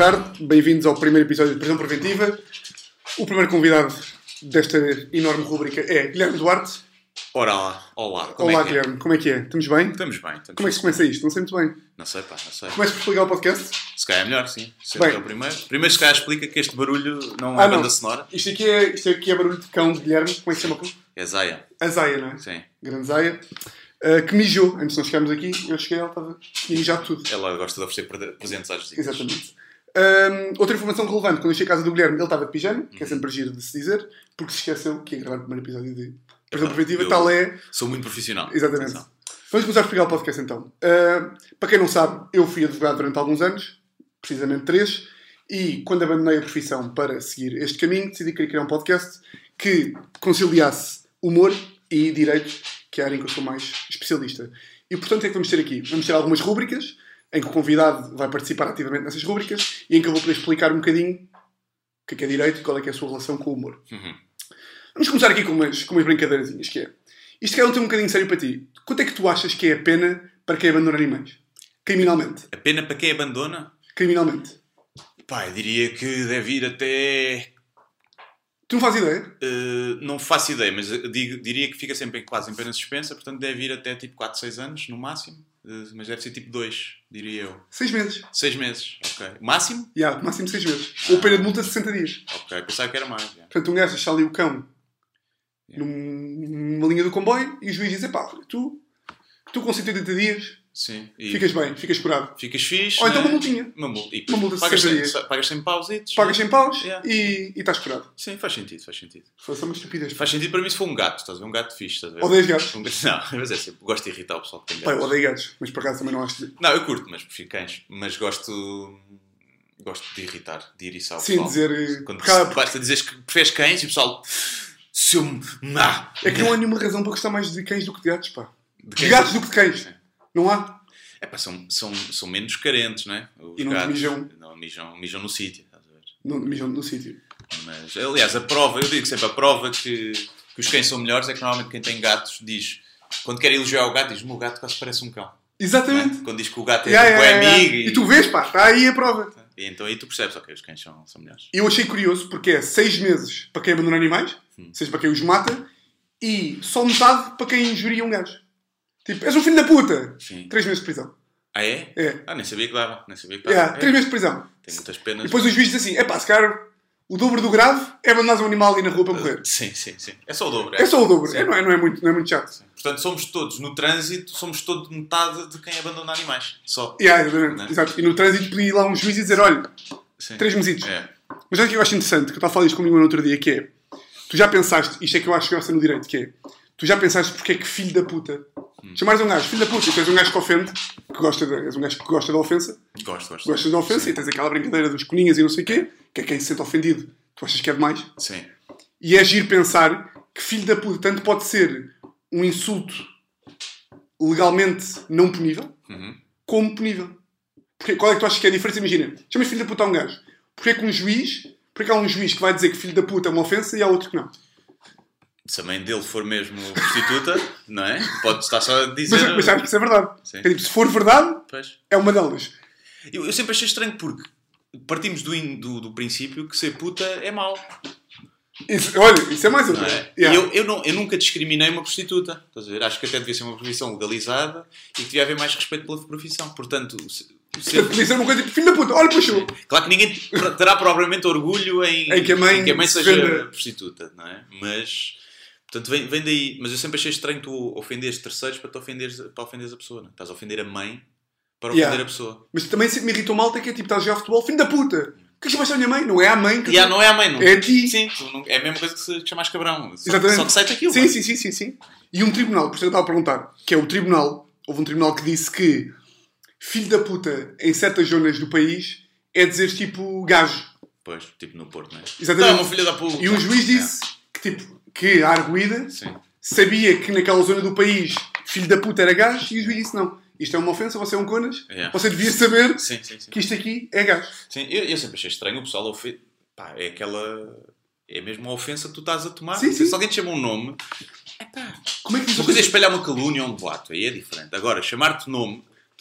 tarde, bem-vindos ao primeiro episódio de Prisão Preventiva. O primeiro convidado desta enorme rúbrica é Guilherme Duarte. Olá. Olá, Guilherme, como é que é? Estamos bem? Estamos bem. Como é que se começa isto? Não sei muito bem. Não sei. Começas por explicar o podcast? Se calhar é melhor, sim. Sendo que é o primeiro. Primeiro, se calhar, explica que este barulho não é banda sonora. Isto aqui é barulho de cão de Guilherme. Como é que se chama? É Zaya. A Zaya, não é? Sim. Grande Zaya. Que mijou. Antes de nós chegarmos aqui, eu cheguei e ela estava a mijar tudo. Ela gosta de oferecer presentes às visitas. Exatamente. Outra informação relevante, quando eu cheguei à casa do Guilherme, ele estava de pijama, que é sempre giro de se dizer, porque se esqueceu que ia gravar o primeiro episódio de Prisão Preventiva, tal é... Sou muito profissional. Exatamente. Atenção. Vamos começar a explicar o podcast então. Para quem não sabe, eu fui advogado durante alguns anos, precisamente 3, e quando abandonei a profissão para seguir este caminho, decidi que queria criar um podcast que conciliasse humor e direito, que é a área em que eu sou mais especialista. E portanto, o que é que vamos ter aqui? Vamos ter algumas rúbricas, em que o convidado vai participar ativamente nessas rúbricas e em que eu vou poder explicar um bocadinho o que é direito e qual é que é a sua relação com o humor. Vamos começar aqui com umas brincadeirazinhas, que é... Isto é um tema um bocadinho sério para ti. Quanto é que tu achas que é a pena para quem abandona animais? Criminalmente. A pena para quem abandona? Criminalmente. Pá, eu diria que deve ir até... Tu não fazes ideia? Não faço ideia, mas diria que fica sempre quase em pena suspensa, portanto deve ir até tipo 4, 6 anos, no máximo. Mas deve ser tipo 2, diria eu. 6 meses. 6 meses, ok. Máximo? Máximo 6 meses. Ou pena de multa de 60 dias. Ok, pensava que era mais. Portanto, um gajo deixa ali o cão numa linha do comboio e o juiz diz, pá, tu com 180 dias... Sim. Ficas bem, ficas curado. Ficas fixe. Ou então uma multinha. Uma multa de pagas 60 dias. Pagas 100 pausitos. Pagas 100 paus e estás curado. Sim, faz sentido. Foi só uma estupidez. Faz sentido para mim se for um gato, estás a ver? Um gato fixe, estás a ver? Odeias gatos? Não, mas é sempre. Gosto de irritar o pessoal que tem gatos. Pai, eu odeio gatos, mas por acaso também não acho de... Não, eu curto, mas prefiro cães. Mas gosto de irritar, de iriçar o pessoal. Sim, dizer... Quando basta dizeres que preferes cães e o pessoal... É que não há nenhuma razão para gostar mais de cães do que de gatos, pá. De gatos do que de cães. Sim. Não há? É pá, são menos carentes, não é? Os e não gatos, mijam. Não, mijam no sítio, estás a ver? Não mijam no sítio. Mas, aliás, eu digo sempre, a prova que os cães são melhores é que normalmente quem tem gatos diz, quando quer elogiar o gato, diz, o meu gato quase parece um cão. Exatamente. É? Quando diz que o gato é amigo. E tu vês, pá, está aí a prova. E então aí tu percebes, ok, os cães são melhores. Eu achei curioso, porque é 6 meses para quem abandona animais, 6 para quem os mata, e só metade para quem injuria um gajo. Tipo, és um filho da puta! Sim. 3 meses de prisão. Ah, é? É. Nem sabia que dava. 3 meses de prisão. Tem muitas penas. E depois os juízes dizem assim, se calhar o dobro do grave é abandonar um animal ali na rua para morrer. Sim. É só o dobro. É só o dobro. Não é muito chato. Sim. Portanto, somos todos, no trânsito, somos todos metade de quem abandona animais. Só. Exato. E no trânsito podia ir lá um juiz e dizer, olha, 3 mesitos. Mas olha o que eu acho interessante, que eu estava a falar isto comigo no outro dia, que é, tu já pensaste, isto é que eu acho que gosta no direito, que é, tu já pensaste porque é que filho da puta... Chamares um gajo filho da puta e tens um gajo que ofende, és um gajo que gosta da ofensa. Gostas da ofensa. Sim. E tens aquela brincadeira dos coninhas e não sei o quê, que é quem se sente ofendido. Tu achas que é demais? Sim. E é giro pensar que filho da puta tanto pode ser um insulto legalmente não punível, como punível. Porque qual é que tu achas que é a diferença? Imagina, chamas filho da puta a um gajo. Porque há um juiz que vai dizer que filho da puta é uma ofensa e há outro que não. Se a mãe dele for mesmo prostituta, não é? Pode estar só a dizer... Mas sabes que isso é verdade. Sim. Se for verdade, pois. É uma delas. Eu sempre achei estranho porque partimos do princípio que ser puta é mau. Isso é mais outra. É? Eu nunca discriminei uma prostituta. Estás a ver? Acho que até devia ser uma profissão legalizada e que devia haver mais respeito pela profissão. Portanto... Podia uma coisa tipo, filho da puta, olha, puxou. Claro que ninguém terá propriamente orgulho em que a mãe seja prostituta, não é? Mas... Portanto, vem daí. Mas eu sempre achei estranho tu ofenderes terceiros para ofenderes a pessoa. Não? Estás a ofender a mãe para ofender a pessoa. Mas também sempre me irritou malta que é tipo, estás a jogar futebol, filho da puta. O que é que chamaste a minha mãe? Não é a mãe que... Não é a mãe. Não. É a ti. Sim, é a mesma coisa que se chamas cabrão. Exatamente. Só que sai daquilo. Sim. E um tribunal, por isso eu estava a perguntar, que é o tribunal, houve um tribunal que disse que filho da puta em certas zonas do país é dizer tipo gajo. Pois, tipo no Porto, não é? Exatamente. Não, filho da puta. E um juiz disse que a arguida sabia que naquela zona do país filho da puta era gajo e o juiz disse não. Isto é uma ofensa, você é um conas, você devia saber que isto aqui é gajo. Sim, eu sempre achei estranho o pessoal é aquela... É mesmo uma ofensa que tu estás a tomar. Sim. Se alguém te chama um nome... Como é que uma coisa é espalhar uma calúnia ou um boato, aí é diferente. Agora, chamar-te nome...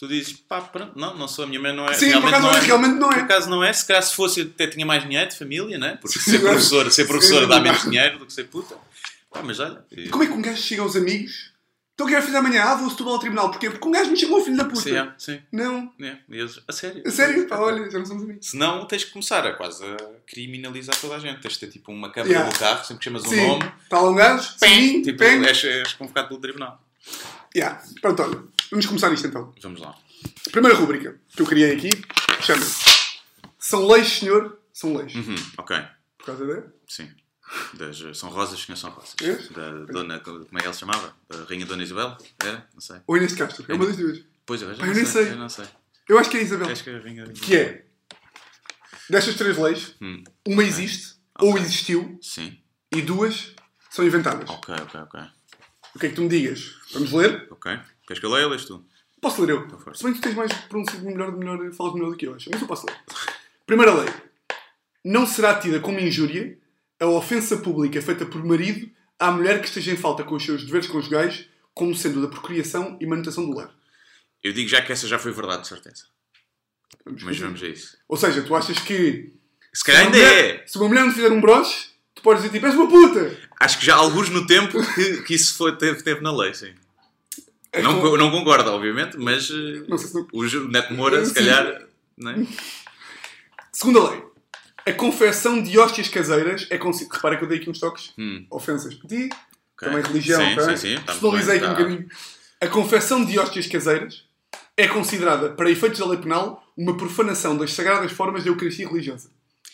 tu dizes, pá, pronto, não sou, a minha mãe não é. Sim, por acaso não é. Por acaso não é. Se calhar se fosse, até tinha mais dinheiro de família, né? Porque ser professor dá menos dinheiro do que ser puta. Pá, mas olha. Como é que um gajo chega aos amigos? Então o que é que fiz amanhã? Vou a Setúbal ao tribunal. Porquê? Porque um gajo me chamou filho da puta. Sim. Não. A sério? A sério? Pá, olha, já não somos amigos. Senão tens que começar a quase criminalizar toda a gente. Tens de ter tipo uma câmara do carro, sempre que chamas um nome. Está lá um gajo, sim, tipo, és convocado pelo tribunal. Pronto, olha. Vamos começar isto então. Vamos lá. A primeira rúbrica que eu criei aqui chama-se São leis, senhor? São leis. Ok. Por causa da? Sim. São Rosas, senhor São Rosas. Da dona, como é que ela se chamava? Da Rainha Dona Isabel? Era? Não sei. Ou Inês de Castro. É uma das duas. Pois é, eu nem sei. Eu não sei. Eu acho que é Isabel. Acho que é a Rainha que é, destas 3 leis, uma existe, ou existiu, sim. E 2 são inventadas. Ok. O que é que tu me digas? Vamos ler? Ok. Queres que eu leia ou lês tu? Posso ler eu. Se bem que tu tens mais pronúncia melhor, falas melhor do que eu, acho. Mas eu posso ler. Primeira lei. Não será tida como injúria a ofensa pública feita por marido à mulher que esteja em falta com os seus deveres conjugais, como sendo da procriação e manutenção do lar. Eu digo já que essa já foi verdade, de certeza. Mas vamos a isso. Ou seja, tu achas que... Se calhar ainda é. Se uma mulher não te fizer um broche, tu podes dizer tipo, és uma puta! Acho que já há alguns no tempo que isso teve na lei, sim. Não concordo, obviamente, mas o Neto Moura, se calhar... Não é? Segunda lei. A confecção de hóstias caseiras é considerada... Repara que eu dei aqui uns toques. Ofensas para ti. Também religião. Sim. Personalizei aqui um bocadinho. A confecção de hóstias caseiras é considerada, para efeitos da lei penal, uma profanação das sagradas formas da Eucaristia religiosa.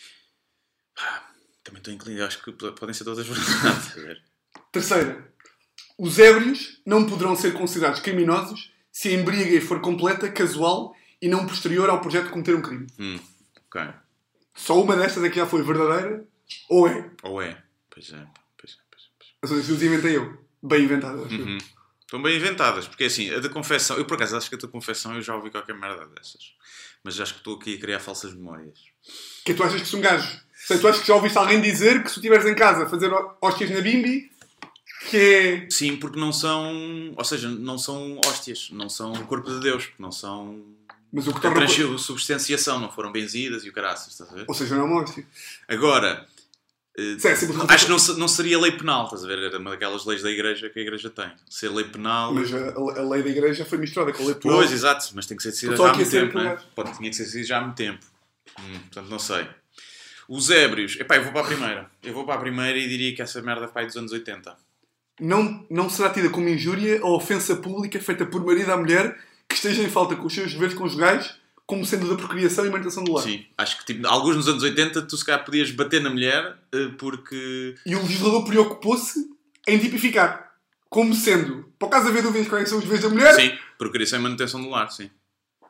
Também estou inclinado. Acho que podem ser todas verdades. Terceira. Os ébrios não poderão ser considerados criminosos se a embriaguez for completa, casual e não posterior ao projeto de cometer um crime. Ok. Só uma destas é que já foi verdadeira, ou é? Pois é. Ou seja, se os inventei eu. Bem inventadas, acho eu. Estão bem inventadas, porque assim, a da confecção... Eu, por acaso, acho que a da confecção eu já ouvi qualquer merda dessas. Mas acho que estou aqui a criar falsas memórias. Que tu achas que sou um gajo? Sei, tu achas que já ouviste alguém dizer que se tu estiveres em casa a fazer hóstias na bimbi, que é... Sim, porque não são... Ou seja, não são hóstias. Não são o corpo de Deus. Porque não são... Mas o que torna... substanciação. Não foram benzidas e o caraças, estás a ver? Ou seja, não é uma hóstia. Agora... acho que não seria lei penal, estás a ver? Era uma daquelas leis da igreja que a igreja tem. Ser lei penal... Mas a lei da igreja foi misturada com a lei penal. Pois, exato. Mas tem que ser decidida já há muito tempo, não é? Tinha que ser decidida já há muito tempo. Portanto, não sei. Os ébrios... Epá, eu vou para a primeira e diria que essa merda vai dos anos 80. Não será tida como injúria a ofensa pública feita por marido à mulher que esteja em falta com os seus deveres conjugais, como sendo da procriação e manutenção do lar. Sim, acho que tipo, alguns nos anos 80 tu se calhar podias bater na mulher porque... E o legislador preocupou-se em tipificar como sendo, por causa de haver dúvidas quais são os deveres da mulher... Sim, procriação e manutenção do lar, sim.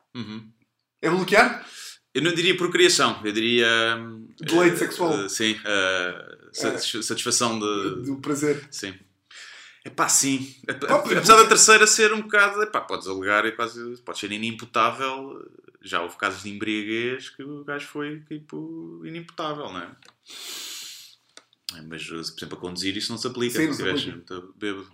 É bloquear? Eu não diria procriação, eu diria... Deleite sexual. Sim, satisfação do prazer. Sim. Epá, sim. Apesar da terceira ser um bocado... Epá, podes alegar e quase... Pode ser inimputável. Já houve casos de embriaguez que o gajo foi, tipo, inimputável, não é? Mas, por exemplo, a conduzir isso não se aplica. Sim, se estiveres muito bêbado.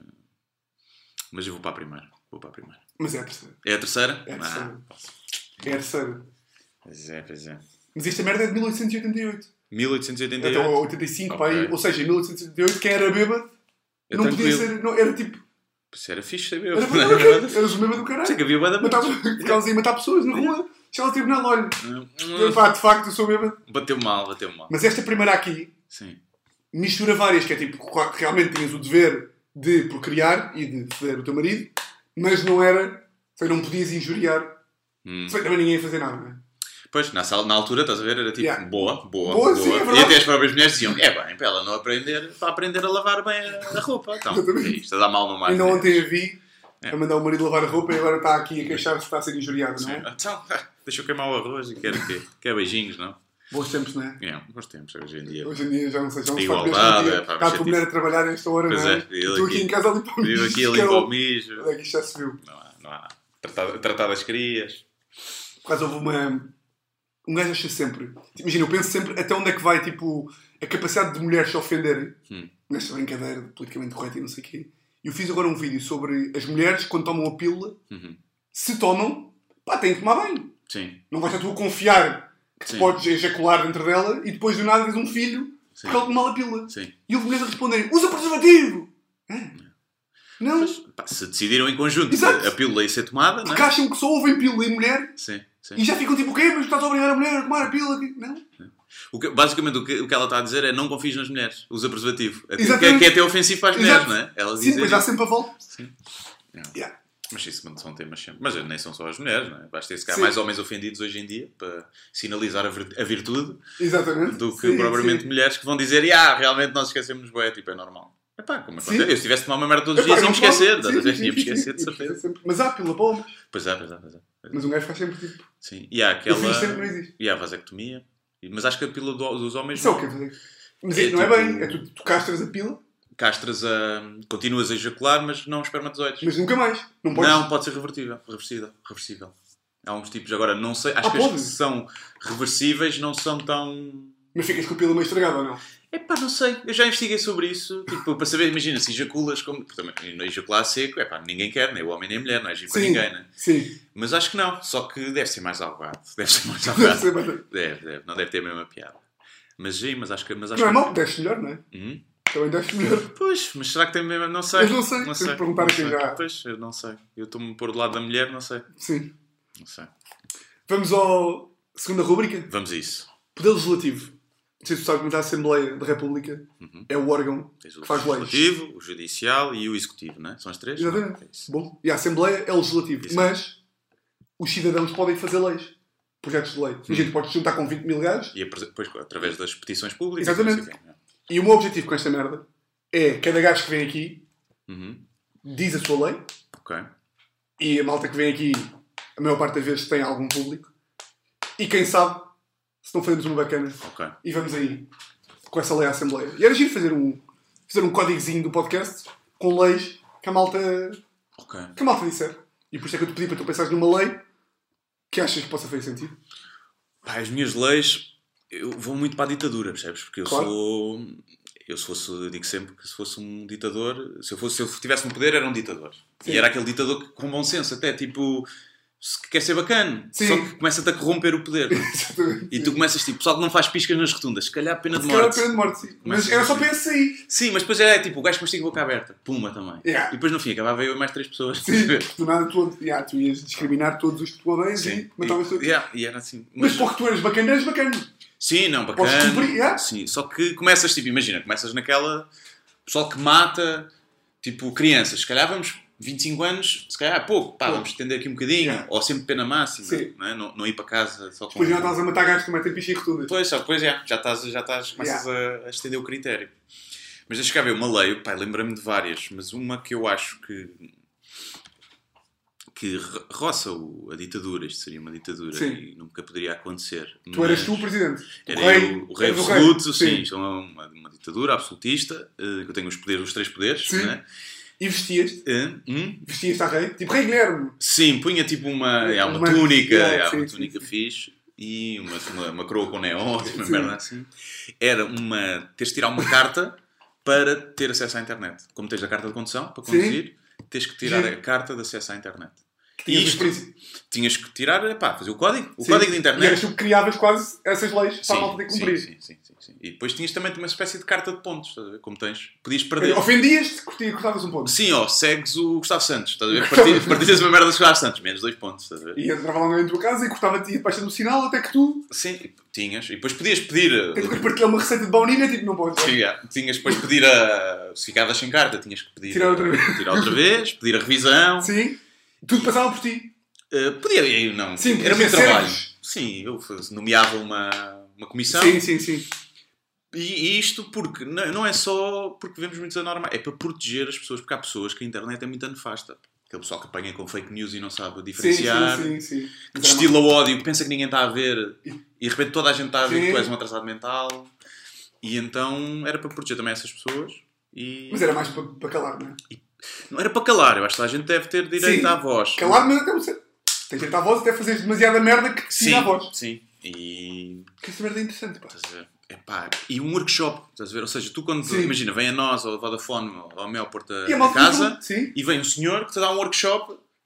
Mas eu vou para a primeira. Mas é a terceira. É a terceira? É a terceira. É a terceira. Pois é. Mas esta merda é de 1888. 1888? Então, 85, okay. Pai. Ou seja, em 1888, quem era bêbado não podia ser... Não, era tipo... Isso era fixe ser bêbado. Eras o bêbado do caralho. Sei que havia bêbado. Ficavas aí a matar pessoas na rua. Chega ao tribunal, olha. De facto, eu sou bêbado. Bateu mal. Mas esta primeira aqui... Sim. Mistura várias, que é tipo... Realmente tinhas o dever de procriar e de foder o teu marido, mas não era... Sei, não podias injuriar. Sei, também ninguém ia fazer nada, não é? Pois, na altura, estás a ver, era tipo, boa. Sim, é e até as próprias mulheres diziam, bem, para ela não aprender, para aprender a lavar bem a roupa. Então, isto a dar mal no mar. Ainda ontem a vi a mandar o marido lavar a roupa e agora está aqui a queixar-se que está a ser injuriado, não é? Então, deixa eu queimar o arroz e quer beijinhos, não? Bons tempos, não é? Bons tempos, hoje em dia. Hoje em dia já não sei, já não se faz mesmo. Está a tua mulher a trabalhar nesta hora, não é? Estou aqui em casa a limpar o mijo. Estou aqui a limpar o mijo. É que isto já se viu. Não há. Tratar das crias. Por causa houve um gajo acha sempre... Imagina, eu penso sempre até onde é que vai, tipo, a capacidade de mulheres se ofenderem nesta brincadeira de politicamente correto e não sei o quê. E eu fiz agora um vídeo sobre as mulheres quando tomam a pílula se tomam, pá, têm que tomar bem. Sim. Não vais a tu confiar que te podes ejacular dentro dela e depois do nada tens um filho porque ele tomou a pílula. Sim. E o mulheres a responderem, usa preservativo! Não. Mas, pá, se decidiram em conjunto a pílula ia ser tomada, porque acham que só ouvem pílula em mulher e já ficam tipo, o quê? Mas estás a obrigar a mulher a tomar a pílula? Não. Basicamente o que ela está a dizer é não confies nas mulheres, usa preservativo. Que é até ofensivo para as mulheres, não é? Elas sim, mas há sempre a volta. Sim. Yeah. Mas isso são temas sempre. Mas nem são só as mulheres, não é? Basta ter mais homens ofendidos hoje em dia para sinalizar a virtude do que propriamente mulheres que vão dizer realmente nós esquecemos bué, tipo, é normal. Epá, como acontece? Eu se tivesse de tomar uma merda todos os dias ia-me esquecer. Ia-me esquecer de certeza. Mas há pílula para homens. Pois é. Mas um gajo faz sempre tipo. Sim. E há aquela. Não existe. E há a vasectomia. Mas acho que a pílula dos homens. Isso é o que é fazer. Mas não é bem. É tu castras a pílula. Continuas a ejacular, mas não espermatozoides. Mas nunca mais. Não, pode ser reversível. Há uns tipos, agora não sei, acho que as que são reversíveis não são tão... Mas ficas com a pílula meio estragada ou não? Epá, não sei, eu já investiguei sobre isso, tipo, para saber, imagina, se ejaculas como... Ejacular seco, ninguém quer, nem o homem nem a mulher, não é giro para ninguém, né? Sim. Mas acho que não, só que deve ser mais algado. Deve, não deve ter a mesma piada. Mas sim, mas acho que... Não é mal, desce melhor, não é? Também desce melhor. Pois, mas será que tem mesmo... Não sei. Mas não sei. Tens de perguntar a quem já... Pois, eu não sei. Eu estou-me a pôr do lado da mulher, não sei. Sim. Não sei. Vamos à segunda rúbrica? Vamos a isso. Poder Legislativo. Não sei se tu sabes, mas a Assembleia da República é o órgão que faz leis. O Legislativo, o Judicial e o Executivo, não é? São as três? Exatamente. Bom, e a Assembleia é o Legislativo. Isso. Mas os cidadãos podem fazer leis. Projetos de lei. A gente pode juntar com 20 mil gajos. E depois, através das petições públicas. Exatamente. E o meu objetivo com esta merda é cada gajo que vem aqui diz a sua lei. Ok. E a malta que vem aqui, a maior parte das vezes, tem algum público. E quem sabe, se não fazemos uma bacana. Ok. E vamos aí com essa lei à Assembleia. E era giro fazer um códigozinho do podcast com leis que a malta disser. E por isso é que eu te pedi para tu pensares numa lei que achas que possa fazer sentido. Pá, as minhas leis, eu vou muito para a ditadura, percebes? Porque eu digo sempre que se fosse um ditador, se eu tivesse no poder, era um ditador. Sim. E era aquele ditador que, com bom senso, até tipo, se quer ser bacana, só que começa-te a corromper o poder. E tu começas tipo, pessoal que não faz piscas nas rotundas, se calhar pena de morte. Sim. Mas era só para esse aí. Sim, mas depois é tipo, o gajo mastiga a boca aberta, puma também. Yeah. E depois no fim acabava eu e mais 3 pessoas. Sim, do nada tu ias discriminar todos os que tu odeias e matavas todos. E era assim. Mas porque tu eras bacana, Sim, não, bacana. Podes cumprir, Sim, só que começas, tipo, imagina, começas naquela... Pessoal que mata, tipo, crianças. Se calhar vamos, 25 anos, se calhar é pouco. Vamos estender aqui um bocadinho. Ou sempre pena máxima. Não, é? Não ir para casa só com... Depois já estás a matar gajos que metem picha e rotundas. Pois, já estás, começas a estender o critério. Mas deixa cá ver, uma lei, lembrei-me de várias, mas uma que eu acho que roça a ditadura, isto seria uma ditadura e nunca poderia acontecer. Tu eras tu o presidente? Era o rei absoluto, sim. Isto é uma ditadura absolutista, que eu tenho os 3 poderes. Sim. Né? E vestias-te? Vestias-te a rei? Tipo Rei Guilherme? Sim, punha tipo uma túnica, uma túnica fixe e uma coroa com neon, uma merda assim. Era teres de tirar uma carta para ter acesso à internet. Como tens a carta de condução para conduzir, tens que tirar a carta de acesso à internet. Tinhas que tirar, fazer o código de internet. E eras tu que criavas quase essas leis para a malta ter que cumprir. Sim. E depois tinhas também uma espécie de carta de pontos, estás a ver? Como tens. Podias perder. Ofendias-te, cortavas um ponto. Sim, segues o Gustavo Santos, estás a ver? Partidas uma merda de Gustavo Santos, menos 2 pontos, estás a ver? E entrava lá na tua casa e cortava-te debaixo do sinal até que tu... Sim, tinhas. E depois podias pedir... Tens que partilhar uma receita de baunilha, tipo, não podes. Sim, tinhas depois pedir se ficavas sem carta, tinhas que pedir... Tirar outra vez. Pedir a revisão. Sim. Tudo passava por ti. Podia, não. Sim, era o meu trabalho. Sim, eu nomeava uma comissão. Sim. E isto porque não é só porque vemos muitos anormais, é para proteger as pessoas, porque há pessoas que a internet é muito nefasta. Aquele pessoal que apanha com fake news e não sabe diferenciar, sim. que destila o ódio, que pensa que ninguém está a ver e de repente toda a gente está a ver que tu és um atrasado mental. E então era para proteger também essas pessoas. Mas era mais para calar, não é? Não era para calar, eu acho que a gente deve ter direito à voz. Calar, mas até você. Tens direito à voz até fazeres demasiada merda que tira a voz. Sim. E... Que essa merda é interessante, pá. Estás a ver? E um workshop, estás a ver? Ou seja, tu quando, imagina, vem a nós, ou a Vodafone, ou a Mel, Porta a casa, e vem um senhor que te dá um workshop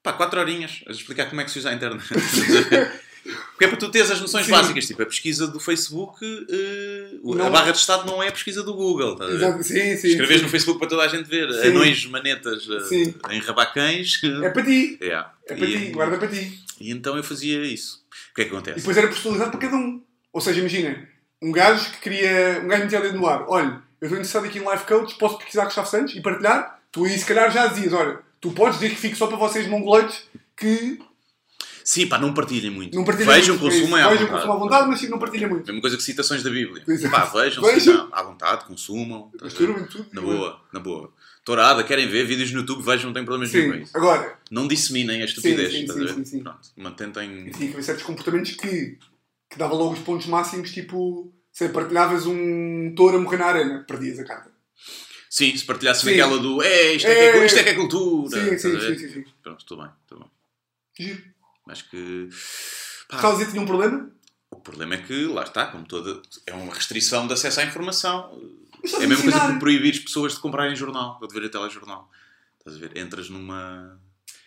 4 horinhas a explicar como é que se usa a internet. Porque é para tu teres as noções básicas, tipo a pesquisa do Facebook, a barra de estado não é a pesquisa do Google. Tá? Exato. Escreves no Facebook para toda a gente ver, anões, manetas, em rabacães. É para ti. É para ti, guarda para ti. E então eu fazia isso. O que é que acontece? E depois era personalizado para cada um. Ou seja, imagina, um gajo metia o dedo no ar. Olha, eu estou interessado aqui em life coach, posso pesquisar com Gustavo Santos e partilhar? Tu aí se calhar já dizias, olha, tu podes dizer que fique só para vocês mongoleiros que... Sim, não partilhem muito. Vejam, consumem à vontade. Mas sim, não partilhem muito. Mesma coisa que citações da Bíblia. Vejam. À vontade, consumam. Na boa. Tourada, querem ver vídeos no YouTube, vejam, não tem problemas nenhum com isso. Agora... Não disseminem a estupidez. Sim. Pronto, mantentem... Sim, havia certos comportamentos que dava logo os pontos máximos, tipo... Se partilhavas um touro a morrer na arena, perdias a carta. Sim, se partilhasse aquela do isto é que é cultura. Sim. Pronto, tudo bem. Giro. Acho que... Estavas a dizer que tinha um problema? O problema é que, lá está, como toda... É uma restrição de acesso à informação. É a mesma coisa que proibir as pessoas de comprarem jornal, ou de ver a telejornal. Estás a ver? Entras numa...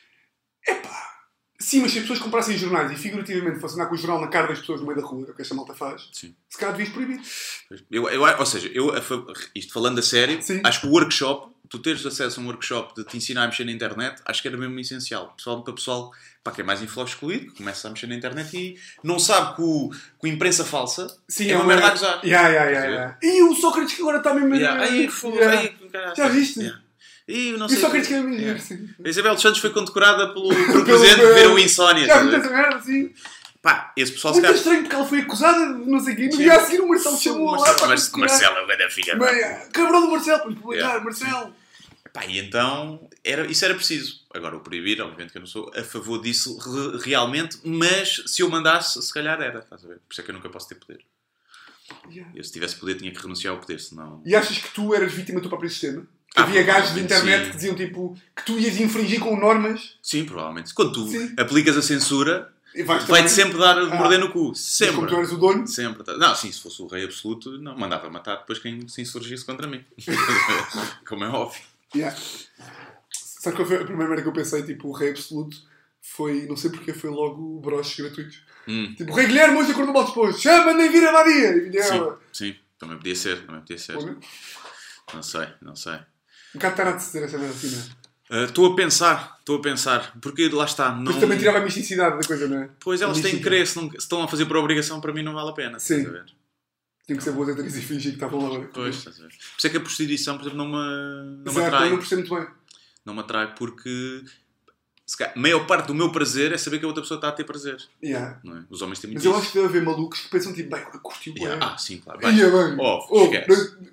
Sim, mas se as pessoas comprassem jornais e figurativamente fossem andar com o jornal na cara das pessoas no meio da rua, é o que esta malta faz, se calhar devias proibir. Ou seja, isto falando a sério, acho que o workshop, tu teres acesso a um workshop de te ensinar a mexer na internet, acho que era mesmo essencial. Para pessoal que é mais inflo-excluído, que começa a mexer na internet e não sabe que a imprensa falsa é uma merda a gozar. E o Sócrates que agora está mesmo... Já viste? E não sei. E Sócrates que é mesmo. A Isabel dos Santos foi condecorada pelo presidente de ver o Insónia. Já viste essa merda, sim. Esse pessoal muito estranho porque ela foi acusada de não sei o quê. No dia a seguir o Marcelo chamou lá para Marcelo é da filha. Cabrão do Marcelo, para publicar, Marcelo. E então, isso era preciso. Agora, o proibir, obviamente que eu não sou a favor disso realmente, mas se eu mandasse, se calhar era. Estás a ver? Por isso é que eu nunca posso ter poder. Eu, se tivesse poder, tinha que renunciar ao poder, senão... E achas que tu eras vítima do teu próprio sistema? Havia gajos de internet que diziam tipo que tu ias infringir com normas? Sim, provavelmente. Quando tu aplicas a censura, vai-te sempre dar morder no cu. Sempre. Como tu eras o dono? Sempre. Não, sim, se fosse o rei absoluto, não, mandava matar depois quem se insurgisse contra mim. Como é óbvio. Sabe qual foi a primeira merda que eu pensei? Tipo, o rei absoluto foi, não sei porque, foi logo broches gratuitos. Tipo, o rei Guilherme hoje acordou mal disposto. Chama-me vir a Badia. Sim, também podia ser. Não sei. Um bocado tarde de dizer essa merda assim, não é? Estou a pensar, porque lá está. Mas também tirava a misticidade da coisa, não é? Pois elas têm que querer, se estão a fazer por obrigação, para mim não vale a pena. Sim. Tinha que ser boas atrizes e fingir que estavam lá. Pois, estás a ver. Por isso é que a prostituição, por exemplo, não me atrai. Eu não percebo muito bem. Não me atrai porque a maior parte do meu prazer é saber que a outra pessoa está a ter prazer. Não é? Os homens têm muito isso. Mas eu acho que deve haver malucos que pensam tipo, bem, curtiu bem. Sim, claro. Esquece.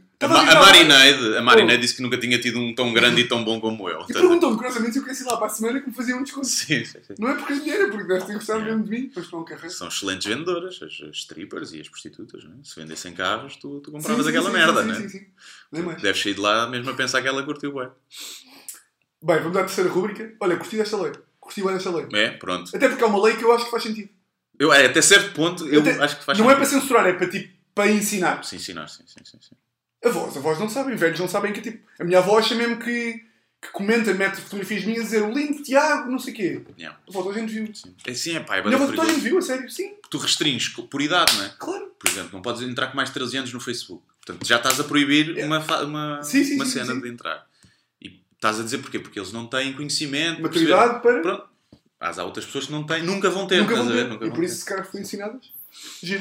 A Marinette disse que nunca tinha tido um tão grande e tão bom como eu. E perguntou-me, curiosamente, se eu queria ir lá para a semana que me fazia um desconto. Sim. Não é porque as dinheiro, é porque deve ter gostado mesmo de mim. Depois estão a carreira. São excelentes vendedoras, as strippers e as prostitutas. Não é? Se vendessem carros, tu compravas aquela merda, não é? Sim. Nem mais. Deves sair de lá mesmo a pensar que ela curtiu bem. Bem, vamos à terceira rúbrica. Olha, curti esta lei. Curti bem esta lei. Pronto. Até porque é uma lei que eu acho que faz sentido. Até certo ponto, acho que faz sentido. Não é para censurar, é para ensinar. Sim, ensinar, sim. Avós não sabem, velhos não sabem que tipo... A minha avó acha mesmo que comenta, mete fotografias minhas a dizer o link, Tiago, não sei o quê. A avó toda a gente viu. Sim, pá, minha avó toda a gente viu, a sério, sim. Tu restringes por idade, não é? Claro. Por exemplo, não podes entrar com mais de 13 anos no Facebook. Portanto, já estás a proibir uma cena de entrar. E estás a dizer porquê? Porque eles não têm conhecimento. Maturidade para... Pronto. Há outras pessoas que não têm, nunca vão ter. E por isso, se calhar, foram ensinadas. Giro.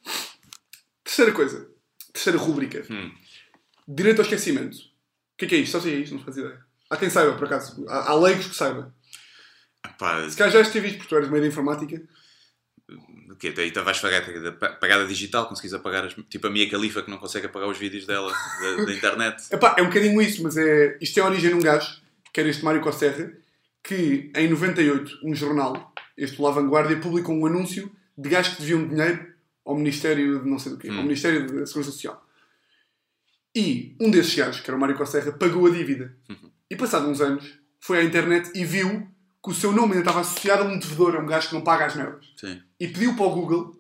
Terceira rúbrica. Direito ao esquecimento. O que é isto? Só sei isto, não faz ideia. Há quem saiba, por acaso. Há leigos que saiba. Se calhar já esteve visto, porque tu eres meio da informática. Daí vais pagar a digital, conseguis apagar tipo a Mia Khalifa que não consegue apagar os vídeos dela da internet. É um bocadinho isso, mas isto tem a origem num gajo, que era este Mário Cosserra, que em 98, um jornal, este La Vanguardia, publicou um anúncio de gajos que deviam dinheiro ao Ministério de não sei do quê, ao Ministério da Segurança Social. E um desses gajos, que era o Mário Cosserra, pagou a dívida. E passados uns anos, foi à internet e viu que o seu nome ainda estava associado a um devedor, a um gajo que não paga as merdas. E pediu para o Google,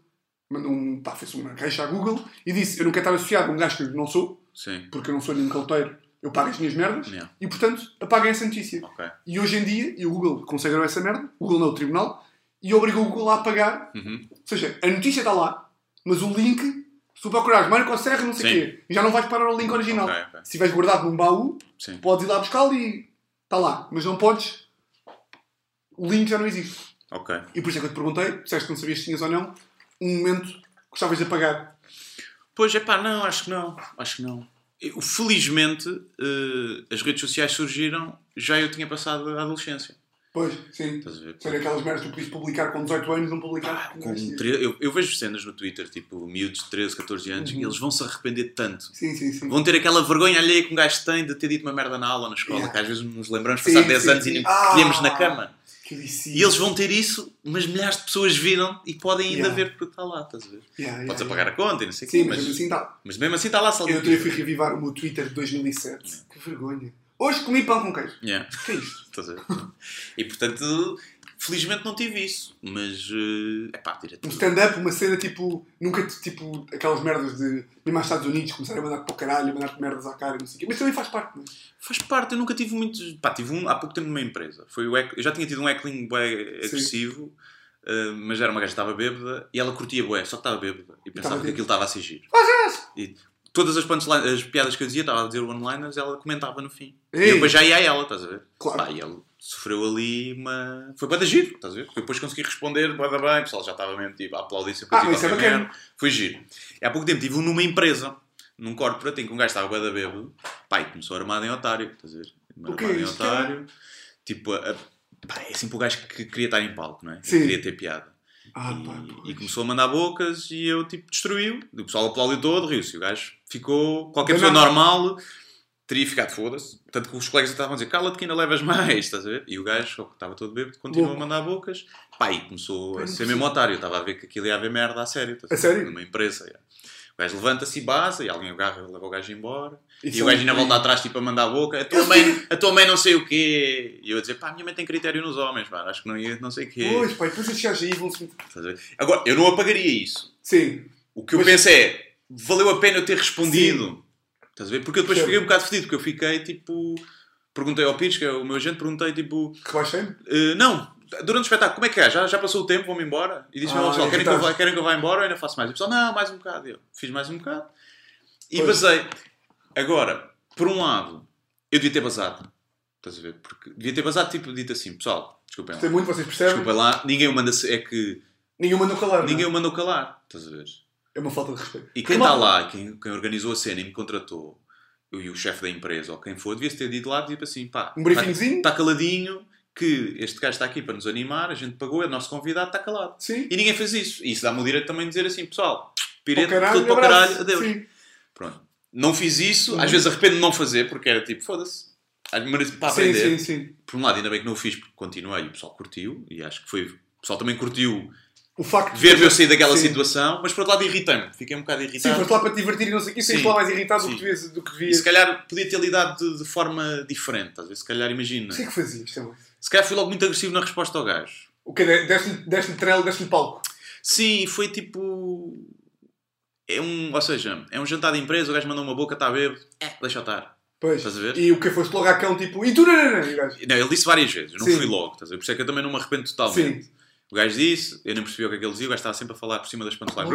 fez uma queixa à Google e disse, eu não quero estar associado a um gajo que eu não sou, porque eu não sou nenhum caloteiro, Eu pago as minhas merdas e, portanto, apaguem essa notícia. Okay. E hoje em dia, e o Google consegue essa merda, o Google não, o tribunal, e obriga o Google a apagar. Ou seja, a notícia está lá, mas o link, se tu procurares Mário Conserra, não sei o quê, já não vais parar o link original. Okay. Se estiveres guardado num baú, podes ir lá buscá-lo e está lá. Mas não podes... O link já não existe. Okay. E por isso é que eu te perguntei, disseste que não sabias se tinhas ou não, um momento que gostavas de apagar. Pois, não, acho que não. Felizmente, as redes sociais surgiram, já eu tinha passado a adolescência. Pois, sim. Serem aquelas merdas que tu podias publicar com 18 anos, não publicar. Eu vejo cenas no Twitter, tipo, miúdos de 13, 14 anos, e eles vão se arrepender tanto. Sim. Vão ter aquela vergonha alheia que um gajo tem de ter dito uma merda na aula, na escola, que às vezes nos lembramos passar 10 anos e nem colhemos na cama. E eles vão ter isso, mas milhares de pessoas viram e podem ainda ver porque está lá, estás a ver? Podes apagar a conta e não sei o quê, mas mesmo assim está. Mas mesmo assim está lá. Eu também fui revivar o meu Twitter de 2007. Que vergonha. Hoje comi pão com queijo. Que é isto? Estás a ver? E portanto, felizmente não tive isso, mas um stand-up, uma cena tipo, nunca tipo aquelas merdas de mesmo aos Estados Unidos começarem a mandar para o caralho, a mandar merdas à cara, não sei o quê, mas também faz parte, não é? Faz parte, eu nunca tive muitos. Tive há pouco tempo numa empresa. Eu já tinha tido um heckling bem agressivo, mas era uma gaja que estava bêbada e ela curtia bué, só que estava bêbada e pensava que aquilo estava a ser giro. E todas as piadas que eu dizia, estava a dizer one-liners, ela comentava no fim. E depois já ia a ela, estás a ver? Claro. E ela sofreu ali uma... Foi bué de giro, estás a ver? Depois consegui responder, bué da bem, o pessoal já estava mesmo tipo, a aplaudir sempre. Mas isso é bacana. Foi giro. E há pouco tempo tive numa empresa, num corporate, em que um gajo estava bué da bêbado, e começou armado em otário, estás a ver? Armado em otário. Tipo, é sempre o gajo que queria estar em palco, não é? Sim. Queria ter piada. E começou a mandar bocas e eu tipo destruiu. O pessoal aplaudiu todo, riu-se. O gajo ficou. Qualquer pessoa normal teria ficado foda-se. Tanto que os colegas estavam a dizer cala-te que ainda levas mais, estás a ver? E o gajo, que estava todo bêbado, continuou a mandar bocas. E começou a ser mesmo otário. Eu estava a ver que aquilo ia haver merda a sério. A sério? Numa empresa. O gajo levanta-se e basa e alguém agarra e leva o gajo embora. E o gajo ainda volta atrás tipo a mandar a boca. A tua mãe não sei o quê. E eu a dizer, a minha mãe tem critério nos homens, acho que não ia não sei o quê. Pois, depois esses gajos aí vão-se... Agora, eu não apagaria isso. Sim. O que eu penso é, valeu a pena eu ter respondido. Estás a ver? Porque eu depois fiquei um bocado fedido, porque eu fiquei tipo... Perguntei ao Pires, que é o meu agente, perguntei tipo... Rebaixei-me? Não. Durante o espetáculo, como é que é? Já passou o tempo, vou-me embora? E disse-me ao pessoal, querem que eu vá embora ou ainda faço mais? E o pessoal, não, mais um bocado. Eu fiz mais um bocado. E basei. Agora, por um lado, eu devia ter basado. Estás a ver? Porque devia ter basado, tipo, dito assim, pessoal, desculpem lá. Tem muito, vocês percebem? Desculpem lá, ninguém o manda... É que... Ninguém o mandou calar. Ninguém o mandou calar. Estás a ver? É uma falta de respeito. E quem está lá, quem organizou a cena e me contratou, eu e o chefe da empresa, ou quem for, devia-se ter dito lá, tipo assim, um briefingzinho. Está caladinho, que este gajo está aqui para nos animar, a gente pagou, é o nosso convidado, está calado. Sim. E ninguém fez isso. E isso dá-me o direito também de dizer assim, pessoal, pirete, tudo para o caralho, adeus. Sim. Pronto. Não fiz isso, às vezes arrependo de não fazer, porque era tipo, foda-se, para aprender. Sim. Por um lado, ainda bem que não o fiz, porque continuei e o pessoal curtiu, e acho que foi... O pessoal também curtiu o facto de ver-me eu sair daquela situação, mas por outro lado irritei-me, fiquei um bocado irritado. Sim, foste lá para te divertir e não sei o quê, saíste lá mais irritado do que vias. E se calhar podia ter lidado de forma diferente, às vezes, se calhar, imagina. O que é que fazias também? Se calhar fui logo muito agressivo na resposta ao gajo. O quê? Deste-lhe trela, deste-lhe palco? Sim, foi tipo... Ou seja, é um jantar de empresa, o gajo mandou uma boca, está bêbado, deixa eu estar. Pois. Estás a ver? E o que foste logo à cão, tipo, e tu não, Não, ele disse várias vezes, eu não fui logo, estás a ver? Por isso é que eu também não me arrependo totalmente. Sim. O gajo disse, eu nem percebi o que é que ele dizia, o gajo estava sempre a falar por cima das punchlines.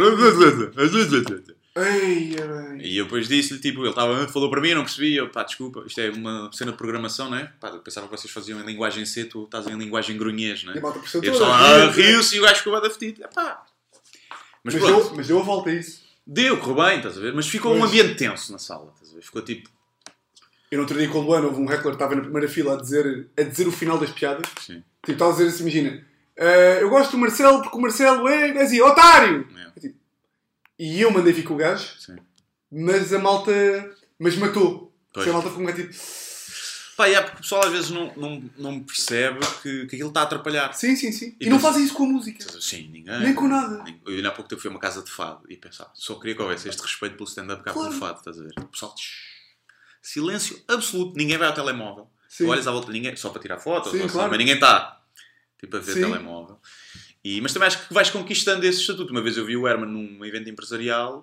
E eu depois disse-lhe, tipo, ele falou para mim, eu não percebi, desculpa, isto é uma cena de programação, não é? Eu pensava que vocês faziam em linguagem C, tu estás em linguagem grunhês, não é? E o pessoal riu-se e o gajo ficou bada fedido. Mas deu a volta a isso. Correu bem, estás a ver? Mas ficou um ambiente tenso na sala, estás a ver? Ficou tipo... Eu no outro dia com o Luano, houve um heckler que estava na primeira fila a dizer o final das piadas. Sim. Tipo, estava a dizer assim, imagina, eu gosto do Marcelo porque o Marcelo é assim, otário! Tipo, e eu mandei vir com o gajo, mas a malta... Mas matou. A malta ficou um bocado tipo... porque o pessoal às vezes não percebe que aquilo está a atrapalhar. Sim. E não fazem isso com a música. Sim, ninguém. Nem com nada. Eu há pouco tempo fui a uma casa de fado e pensava, só queria que houvesse este respeito pelo stand-up cá pelo fado, estás a ver? O pessoal... Silêncio absoluto. Ninguém vai ao telemóvel. Tu olhas à volta de ninguém, só para tirar fotos, mas ninguém está tipo a ver telemóvel. Mas também acho que vais conquistando esse estatuto. Uma vez eu vi o Herman num evento empresarial,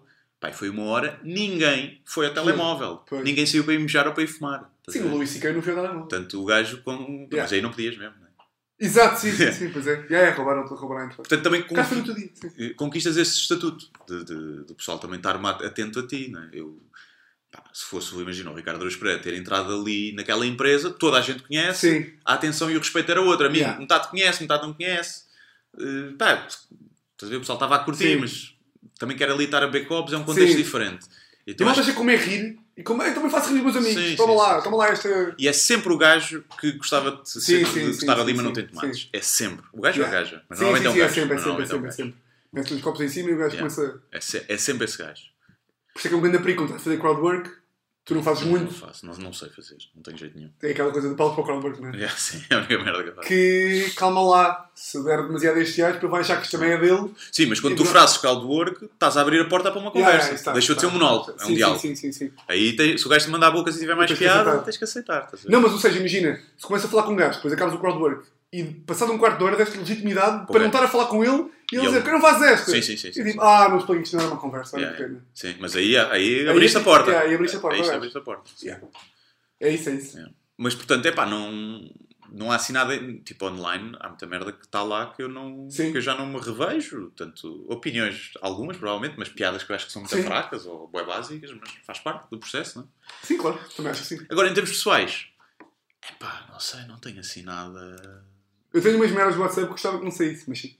Pai, foi 1 hora, ninguém foi ao telemóvel. Pois. Ninguém saiu para ir mijar ou para ir fumar. Sim, o Louis C.K. não foi ao telemóvel. Portanto, o gajo... Mas aí não podias mesmo, não é? Exato, sim, pois é. Roubaram. Portanto, também conquistas esse estatuto do pessoal também estar atento a ti, não é? Se fosse, imagina, o Ricardo Araújo Pereira ter entrado ali naquela empresa, toda a gente conhece, sim. A atenção e o respeito era outra. A mim, metade conhece, metade não conhece. Estás a ver, o pessoal estava a curtir, mas também quer ali estar a beber copos, é um contexto diferente. Então, não deixa como é rir. E também faço rir com os meus amigos. Toma lá esta... E é sempre o gajo que gostava de estar ali, mas não tem tomates. Sim. É sempre. O gajo é o gajo. Mas normalmente é um gajo. É sempre. Mete uns copos em cima e o gajo começa... É sempre esse gajo. Por isso é que é um grande perigo quando estás a fazer crowdwork. Tu não fazes muito. Não faço, não sei fazer. Não tenho jeito nenhum. Tem aquela coisa de palco para o crowdwork, não é? Sim, é a única merda que eu faço. Que, calma lá, se der demasiado este gajo, para vai achar que isto também é dele. Sim, mas quando tu fazes crowdwork, estás a abrir a porta para uma conversa. Deixa de ser um monólogo, é um diálogo. Sim. Aí, se o gajo te mandar a boca, se tiver mais piada, tens que aceitar. Não, mas ou seja, imagina, se começa a falar com um gajo, depois acabas o crowdwork, e passado um quarto de hora deste legitimidade para não estar a falar com ele, e ele dizer, porque não fazes esta? Sim. E tipo, não explico, isto não era uma conversa, olha que pena. Sim, mas aí abriste a porta. Aí abriste a porta. Aí abriste a porta. É isso. Mas portanto, não há assim nada, tipo online, há muita merda que está lá que eu já não me revejo. Portanto, opiniões, algumas provavelmente, mas piadas que eu acho que são muito fracas ou bué básicas, mas faz parte do processo, não é? Sim, claro, também acho que sim. Agora, em termos pessoais, não sei, não tenho assim nada... Eu tenho umas merdas do WhatsApp que gostava que não saísse, mas sim.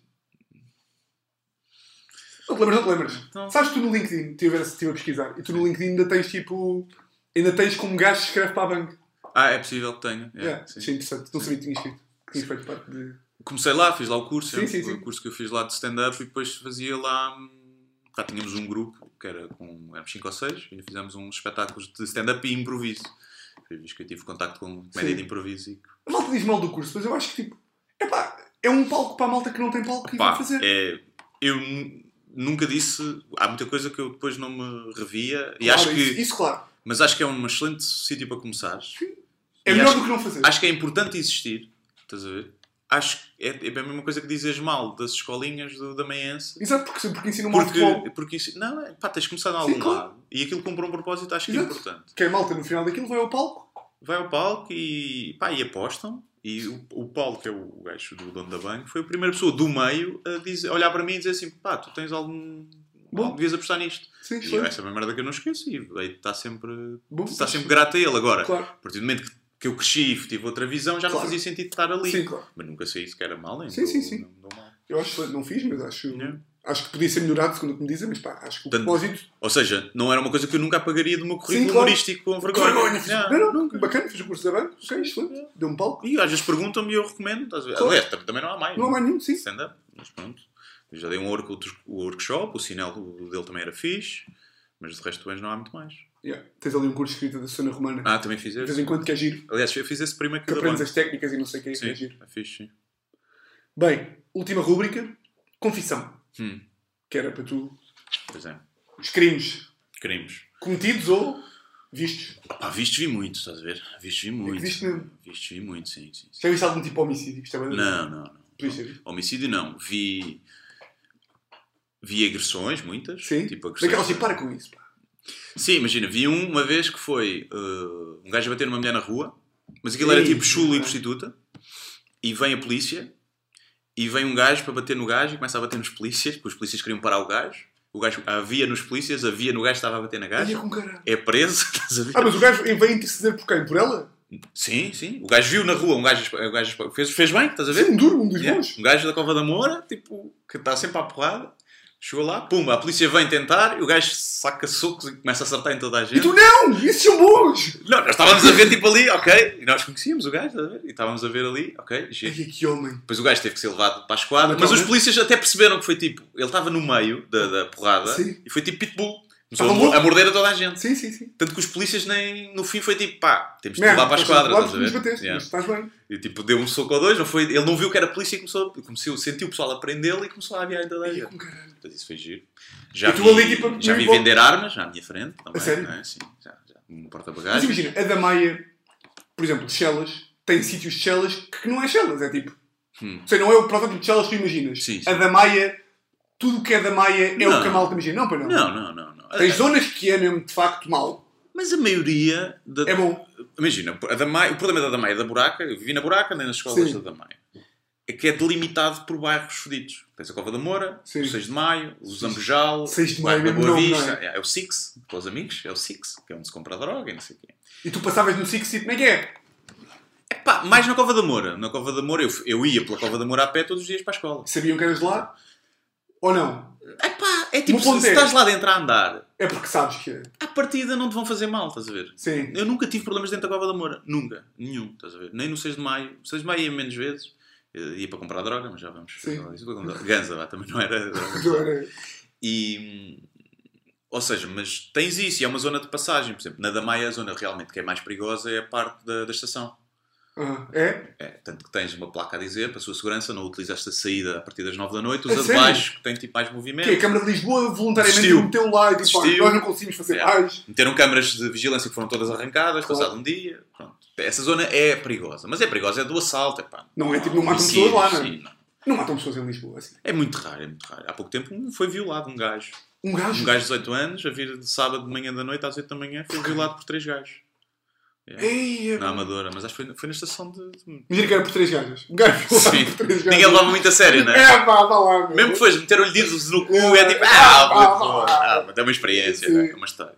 Não te lembras? Não. Sabes que tu no LinkedIn, estive a pesquisar, e tu no LinkedIn ainda tens tipo... Ainda tens como gajo que escreve para a banca. É possível que tenha. Sim, interessante. Não sabia que tinha escrito. Tinha feito parte de... Comecei lá, fiz lá o curso. Sim. O curso que eu fiz lá de stand-up e depois fazia lá... Cá tínhamos um grupo, que éramos 5 ou 6, e fizemos uns espetáculos de stand-up e improviso. Foi visto que eu tive contacto com comédia de improviso. A malta diz mal do curso, mas eu acho que tipo... é um palco para a malta que não tem palco que vai fazer. Eu nunca disse... Há muita coisa que eu depois não me revia. E claro, acho que... Isso, claro. Mas acho que é um excelente sítio para começar. É melhor do que não fazer. Acho que é importante existir. Estás a ver? Acho que é a mesma coisa que dizes mal das escolinhas da Meiense. Exato, porque ensinam mal futebol. Tens de começar de algum lado. E aquilo cumpre um propósito, acho que é importante. Que a malta no final daquilo vai ao palco. Vai ao palco e apostam. E o Paulo, que é o gajo do dono da banca, foi a primeira pessoa do meio a olhar para mim e dizer assim: tu tens algum... devias apostar nisto. Sim, e essa é uma merda que eu não esqueço e está sempre grato a ele. Agora, a partir do momento que eu cresci e tive outra visão, já não fazia sentido estar ali. Sim, claro. Mas nunca sei isso que era mal, hein? Sim. Não mal. Eu acho que não fiz, mas acho que podia ser melhorado, segundo o que me dizem, mas acho que o propósito... Ou seja, não era uma coisa que eu nunca apagaria do meu currículo humorístico com vergonha. Não, bacana, fiz o curso da banca, excelente, deu um palco. E às vezes perguntam-me e eu recomendo. Aliás, também não há mais. Não há mais nenhum, sim. Stand-up, mas pronto. Eu já dei um workshop, o sinal dele também era fixe, mas de resto não há muito mais. Tens ali um curso de escrita da Susana Romana. Também fiz esse. De vez em quando que é giro. Aliás, eu fiz esse primeiro que aprendes as técnicas e não sei o que é giro. É fixe, sim. Bem, última rúbrica, confissão. Que era para tu... Pois é. Os crimes. Cometidos ou vistos? Vistos vi muito, estás a ver? Vistos vi muito. Vistos mesmo? Vistos vi muito, sim. Já viste algum tipo de homicídio? Não. Homicídio não. Vi agressões, muitas. Sim. Tipo agressões. Daquelas assim, para com isso, pá. Sim, imagina, vi uma vez que foi um gajo a bater numa mulher na rua, mas aquilo era tipo chulo e prostituta, e vem a polícia, e vem um gajo para bater no gajo e começa a bater nos polícias, porque os polícias queriam parar o gajo havia nos polícias, havia no gajo que estava a bater na gaja, é preso, estás a ver? Mas o gajo veio interceder por quem? Por ela? Sim. O gajo viu na rua, o gajo fez bem, estás a ver? Sim, um duro, um dos bons. Um gajo da Cova da Moura, tipo, que está sempre à porrada. Chegou lá, pumba, a polícia vem tentar e o gajo saca socos e começa a acertar em toda a gente. E tu não! Isso são bons! Não, nós estávamos a ver tipo ali, ok, e nós conhecíamos o gajo, estás a ver? E estávamos a ver ali, ok, giro. Ai, que homem! Depois o gajo teve que ser levado para a esquadra, mas os polícias até perceberam que foi tipo, ele estava no meio da porrada. Sim. E foi tipo pitbull. Começou a morder a toda a gente. Sim. Tanto que os polícias nem no fim foi tipo, temos de levar para a esquadra, estás a ver? Mas estás bem. E tipo, deu um soco ou dois, ele não viu que era polícia e sentiu o pessoal a prendê-lo e começou a aviar em toda a gente. Portanto, isso foi giro. Já vi vender armas à minha frente também. A sério? Não é? Sim, já. Um porta-bagagens. Mas imagina, a da Maia, por exemplo, de Chelas, tem sítios de Chelas que não é Chelas, é tipo... Sei, não é o protótipo de Chelas que tu imaginas. Sim. A da Maia tudo que é da Maia é o que a malta imagina. Não, para não. Tem zonas que é mesmo, de facto, mau. Mas a maioria... É bom. Imagina, a da Maia, o problema da Maia, da Buraca, eu vivi na Buraca, nem nas escolas da Maia, é que é delimitado por bairros fodidos. Tens a Cova da Moura, o 6 de Maio, o Zambojal, 6 de Maio, da Boa Vista. É o Six, com os amigos, é o Six, que é onde se compra droga e não sei o quê. E tu passavas no Six e como é que é? Epá, mais na Cova da Moura. Na Cova da Moura, eu ia pela Cova da Moura a pé todos os dias para a escola. Sabiam que eras de lá? Ou não? Epá, é tipo, se estás lá dentro a andar... É porque sabes que é. À partida não te vão fazer mal, estás a ver? Sim. Eu nunca tive problemas dentro da Cova da Moura. Nunca. Nenhum, estás a ver? Nem no 6 de Maio. 6 de Maio ia menos vezes. Eu ia para comprar droga, mas já vamos. Ganza, também não era droga. Ou seja, mas tens isso. E é uma zona de passagem. Por exemplo, na da Maia, a zona realmente que é mais perigosa é a parte da estação. É? Tanto que tens uma placa a dizer, para a sua segurança, não utilizaste a saída a partir das 9 da noite, usa de baixo, que tem tipo mais movimento. Que a Câmara de Lisboa voluntariamente meteu lá e tipo, nós não conseguimos fazer mais. Meteram câmaras de vigilância que foram todas arrancadas, passado um dia. Pronto. Essa zona é perigosa, mas é perigosa, é do assalto. Não é tipo, não matam pessoas lá, não é? Não matam pessoas em Lisboa, assim. É muito raro. Há pouco tempo foi violado um gajo. Um gajo? Um gajo de 18 anos, a vir de sábado de manhã da noite às 8 da manhã, foi violado por 3 gajos. Na Amadora, mas acho que foi na estação de... Imagina que era por 3 gajos. Um gajo por 3 gajos. Ninguém levava muito a sério, não é? É, vá lá. Mesmo que fosse meter-lhe dedos no cu, é tipo... é uma experiência, é uma história.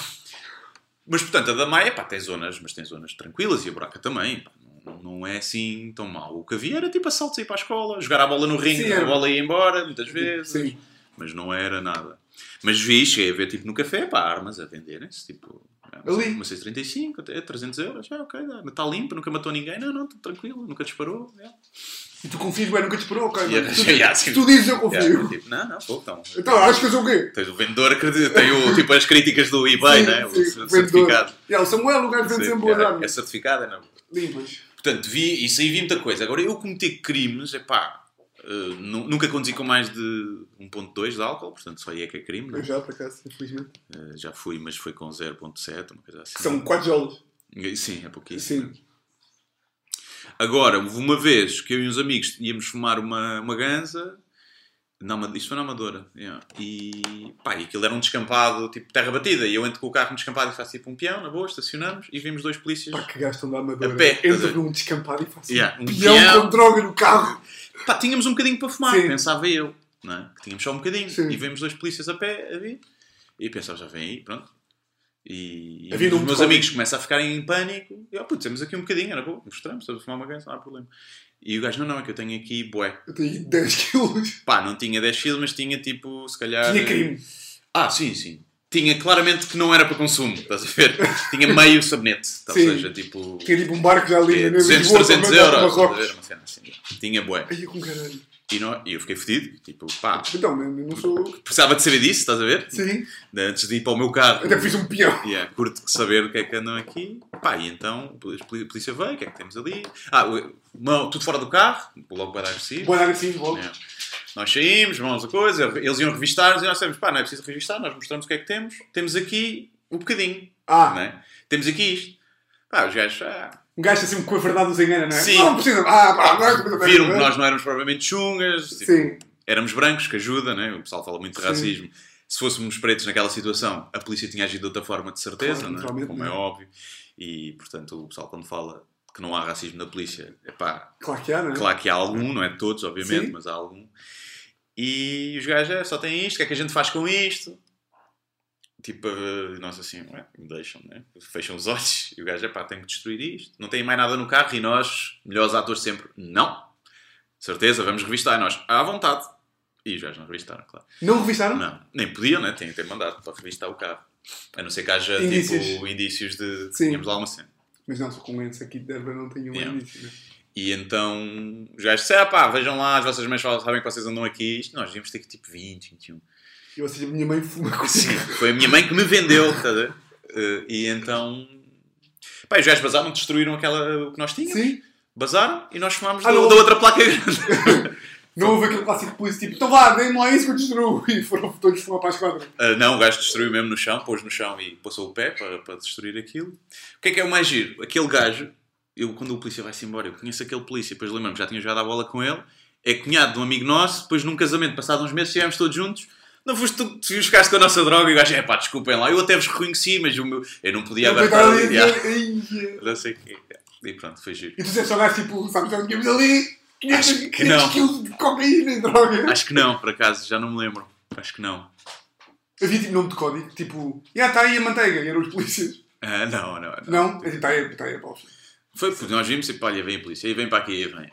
Mas, portanto, a da Maia, tem zonas, mas tem zonas tranquilas e a Buraca também, não é assim tão mau. O que havia era tipo assaltos a ir para a escola, jogar a bola no ringue, a bola ia embora, muitas vezes, mas não era nada. Mas cheguei a ver tipo no café, armas a venderem-se, tipo... Uma 635, até 300 euros, ok, está limpo, nunca matou ninguém, não, tranquilo, nunca disparou. E tu confias bem, nunca disparou, ok? Se tu dizes, eu confio. Tipo, não, então. Então, acho que eu sou o quê? Tens o vendedor, tem tipo as críticas do eBay, né? O certificado. O Samuel, o gajo vende sempre boas armas. É certificado, não? Limpas. Portanto, isso aí vi muita coisa. Agora, eu cometi crimes, nunca conduzi com mais de 1.2 de álcool, portanto só aí é que é crime, não é? Eu já, por acaso, infelizmente. Já fui, mas foi com 0.7, uma coisa assim. Que são 4 jolos. Sim, é pouquinho. Sim. Agora, houve uma vez que eu e uns amigos íamos fumar uma ganza, isto foi na Amadora, e aquilo era um descampado, tipo terra batida, e eu entro com o carro no descampado e faço tipo um peão, na boa, estacionamos, e vimos 2 polícias que gastam da Amadora. A pé. Entro num descampado e faço um peão com droga no carro. Tínhamos um bocadinho para fumar, pensava eu, não é? Que tínhamos só um bocadinho, e vemos 2 polícias a pé, a vir, e pensava, já vem aí, pronto. E os meus amigos começam a ficarem em pânico, e temos aqui um bocadinho, era bom, mostramos, estamos a fumar uma ganza, não há problema. E o gajo, não, é que eu tenho aqui bué. Eu tenho 10 quilos. Não tinha 10 quilos, mas tinha tipo, se calhar... Tinha crime. Sim. Tinha claramente que não era para consumo, estás a ver? Tinha meio sabonete, ou seja, tipo... Tinha tipo um barco já ali, 200, 300 euros, estás a ver? Uma cena assim. Tinha bué. Ai, com caralho. E eu fiquei fedido, tipo, Então, eu não sou... Precisava de saber disso, estás a ver? Sim. Antes de ir para o meu carro. Até fiz um peão. Curto saber o que é que andam aqui. E então, a polícia veio, o que é que temos ali? Tudo fora do carro, logo vai dar agressivo. Vai dar agressivo, logo. Nós saímos, vamos a coisa, eles iam revistar, e nós sabemos, não é preciso revistar, nós mostramos o que é que temos. Temos aqui um bocadinho. Não é? Temos aqui isto. Os gajos... Um gajo assim com a verdade nos engana, não é? Sim. Não precisa. Viram que nós não éramos propriamente chungas. Sim. Éramos brancos, que ajuda, né? O pessoal fala muito de racismo. Se fôssemos pretos naquela situação, a polícia tinha agido de outra forma, de certeza, claro, como é óbvio. E, portanto, o pessoal quando fala que não há racismo na polícia, claro que há, não é? Claro que há algum, não é todos, obviamente, mas há algum. E os gajos, só têm isto, o que é que a gente faz com isto? Tipo, nós assim, me deixam, né? Fecham os olhos e o gajo, tem que destruir isto. Não tem mais nada no carro e nós, melhores atores sempre, não. Certeza, vamos revistar. E nós, à vontade. E os gajos não revistaram, claro. Não revistaram? Não, nem podiam, né? Tem que ter mandado para revistar o carro. A não ser que haja, indícios de... Tínhamos lá uma cena. Mas não, só com esse aqui de Derba não tem um indício, né? E então, os gajos disseram, vejam lá, as vossas mães sabem que vocês andam aqui. Isto nós devíamos ter que tipo 20, 21... Ou seja, a minha mãe fuma comigo. Sim, foi a minha mãe que me vendeu, tá a ver? E então... os gajos bazaram, destruíram o que nós tínhamos. Sim. Bazaram e nós fumámos da outra placa grande. Não houve aquele clássico polícia tipo, então vá, deem-me lá isso que eu destruo. E foram todos fumar para a esquadra. Não, o gajo destruiu mesmo no chão, pôs no chão e passou o pé para destruir aquilo. O que é o mais giro? Aquele gajo, quando o polícia vai-se embora, eu conheço aquele polícia, depois lembro-me que já tinha jogado a bola com ele. é cunhado de um amigo nosso, depois num casamento, passado uns meses, estivemos todos juntos. Não foste tu que ficaste com a nossa droga e o gajo, pá, desculpem lá, eu até vos reconheci, mas eu não podia aguentar ali. Não sei o quê. E pronto, foi giro. E tu disseste ao gajo, tipo, sabes, já tínhamos ali 500 não. quilos de cocaína e droga. Acho que não, por acaso, já não me lembro. Acho que não. Havia tipo nome de código, tipo, está aí a manteiga, e eram os polícias. Não. Não? É tipo, está aí a bolsa. Foi porque nós vimos e pá, olha, vem a polícia, aí vem para aqui, aí vem.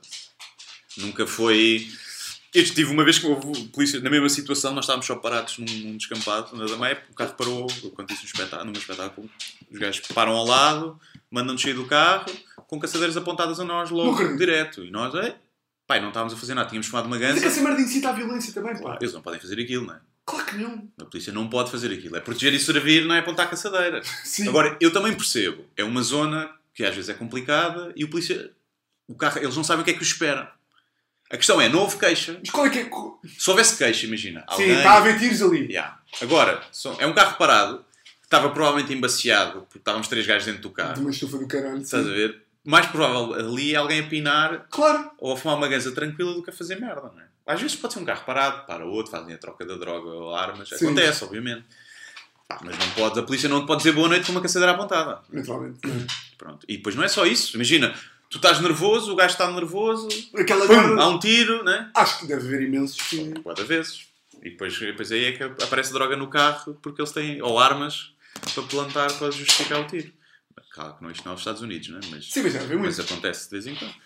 Nunca foi. Eu tive uma vez que houve polícia, na mesma situação, nós estávamos só parados num descampado, na Dameia, o carro parou, quando disse num espetáculo, os gajos param ao lado, mandam-nos sair do carro, com caçadeiras apontadas a nós logo, direto. E nós, pai, não estávamos a fazer nada, tínhamos fumado uma ganza. Mas é que essa merda incita à violência também, pá. Eles não podem fazer aquilo, não é? Claro que não. A polícia não pode fazer aquilo. É proteger e servir, não é apontar caçadeiras. Sim. Agora, eu também percebo. É uma zona que às vezes é complicada e o carro, eles não sabem o que é que os espera. A questão é, não houve queixa. Mas qual é que é? Se houvesse queixa, imagina. Sim, está a haver tiros ali. Yeah. Agora, é um carro parado, que estava provavelmente embaciado, porque estávamos 3 gajos dentro do carro. De uma estufa do caralho. Estás a ver? Mais provável ali é alguém a pinar, claro, ou a fumar uma ganza tranquila do que a fazer merda, não é? Às vezes pode ser um carro parado, para outro, fazem a troca da droga ou armas. Sim. Acontece, obviamente. Mas a polícia não te pode dizer boa noite com uma caçadeira apontada. Naturalmente. Pronto. E depois não é só isso. Imagina, tu estás nervoso, o gajo está nervoso, pum, há um tiro, não é? Acho que deve haver imensos. Pode haver vezes. E depois aí é que aparece droga no carro, porque eles têm, ou armas, para plantar, para justificar o tiro. Claro que não, isto não é os Estados Unidos, não é? Mas acontece de vez em quando.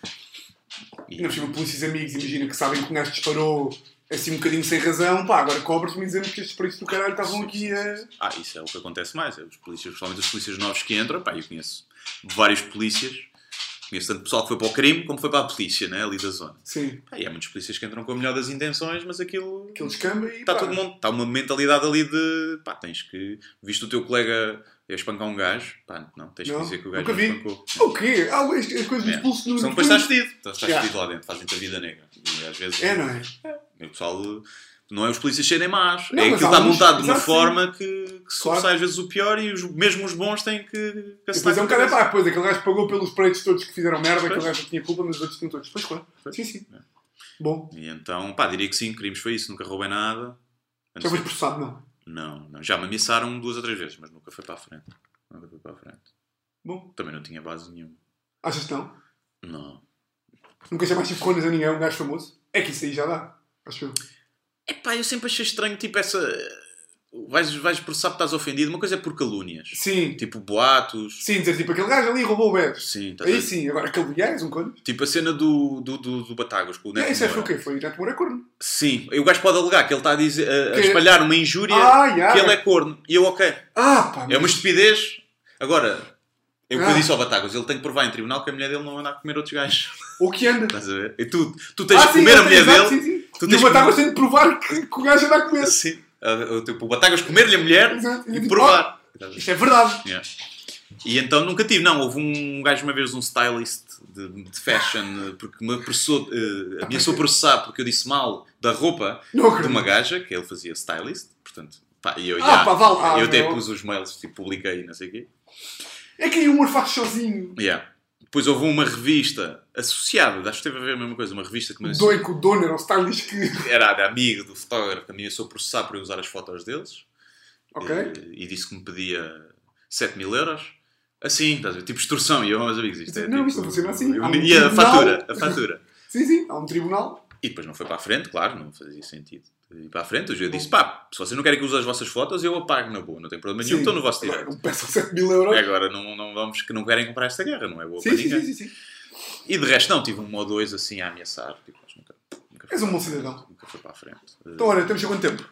E não chama polícias amigos, imagina que sabem que o gajo disparou assim um bocadinho sem razão, pá, agora cobras-me dizendo que estes peritos do caralho estavam aqui a... Isso é o que acontece mais, os polícias, principalmente os polícias novos que entram, pá, eu conheço vários polícias, conheço tanto pessoal que foi para o crime como foi para a polícia, né, ali da zona. Sim. Pá, e há muitos polícias que entram com a melhor das intenções, mas aquilo descamba e está todo mundo, está uma mentalidade ali de, pá, tens que, visto o teu colega a espancar um gajo, pá, não, tens que dizer que o gajo não espancou. O quê? As coisas dos pulsos no... Senão depois estás fedido. Estás fedido lá dentro, fazem-te a vida negra. E às vezes... não é? O pessoal... Não é os polícias serem más. Não, é aquilo está montado de uma forma sim. que sobressai às vezes o pior e mesmo os bons têm que... Depois é um bocado... Depois aquele gajo pagou pelos pretos todos que fizeram merda, aquele gajo tinha culpa, mas os outros tinham todos. Pois claro. Sim. Bom. E então, pá, diria que sim, crimes foi isso. Nunca roubei nada. Já foste processado, não? Não. Já me ameaçaram 2 ou 3 vezes, mas nunca foi para a frente. Bom. Também não tinha base nenhuma. Achas que não? Não. Nunca chamaste conas a ninguém, um gajo famoso? É que isso aí já dá, acho eu. Epá, eu sempre achei estranho, tipo, essa... Vais processar porque estás ofendido. Uma coisa é por calúnias. Sim. Tipo, boatos. Sim, dizer, tipo, aquele gajo ali roubou o bebê. Sim. Aí sim, agora aquele viés, um corno. Tipo, a cena do Batagas com o Neto Isso foi o quê? Foi o Neto Moura corno. Sim. E o gajo pode alegar que ele está a dizer, a espalhar uma injúria que ele é corno. E eu, ok. Pá. É uma estupidez. Agora, é o que eu disse ao Batagas. Ele tem que provar em tribunal que a mulher dele não anda a comer outros gajos. Ou que anda. Estás a ver? E tu tens que comer a mulher dele. Sim. E o Batagas tem de provar que o gajo anda a comer. Sim. O Batagas comer-lhe a mulher e provar. Isto é verdade. Yeah. E então nunca tive. Não, houve um gajo uma vez, um stylist de fashion, porque me ameaçou processar porque eu disse mal da roupa de uma gaja, que ele fazia stylist. Portanto, pá, e eu eu até pus os mails, tipo, publiquei, não sei o quê. É que aí o humor faz sozinho. Yeah. Depois houve uma revista associada, acho que teve a ver a mesma coisa, uma revista que me o dono era o stylist que... Era amigo do fotógrafo, que ameaçou processar por eu usar as fotos deles. Ok. E disse que me pedia 7.000 euros. Assim, estás a ver? Tipo extorsão. E eu, meus amigos, isto é não, tipo... isto não funciona assim. E a fatura. Sim, há um tribunal. E depois não foi para a frente, claro, não fazia sentido. E para a frente, eu disse, pá, se vocês não querem que use as vossas fotos, eu apago na boa, não tem problema nenhum, estou no vosso direito. Não peçam 7.000 euros. Agora não vamos, que não querem comprar esta guerra, não é boa para ninguém. Sim. E de resto não, tive 1 ou 2 assim a ameaçar. Tipo, nunca és um bom cidadão. Nunca foi para a frente. Então, olha, temos quanto tempo?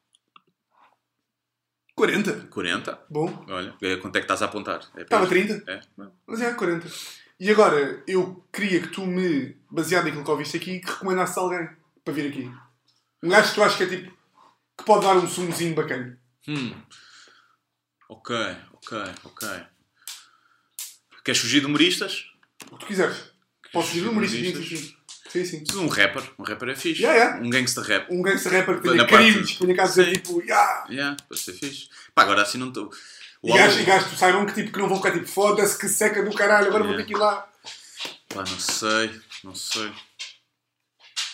40. Bom. Olha, quanto é que estás a apontar? Estava 30. É? Mas 40. E agora, eu queria que tu me, baseado naquilo que ouviste aqui, que recomendasses alguém para vir aqui. Um gajo que tu achas que é tipo, que pode dar um sumozinho bacana. Ok. Queres fugir de humoristas? O que tu quiseres. Posso fugir de humoristas? Sim. Um rapper é fixe. Yeah. Um gangster rap. Um gangster rapper que tenha crimes, que tenha casos a tipo, pode ser fixe. Pá, agora assim não estou... E gajos que saibam que, tipo, que não vão ficar tipo, foda-se que seca do caralho, agora vou ter que ir lá. Pá, não sei.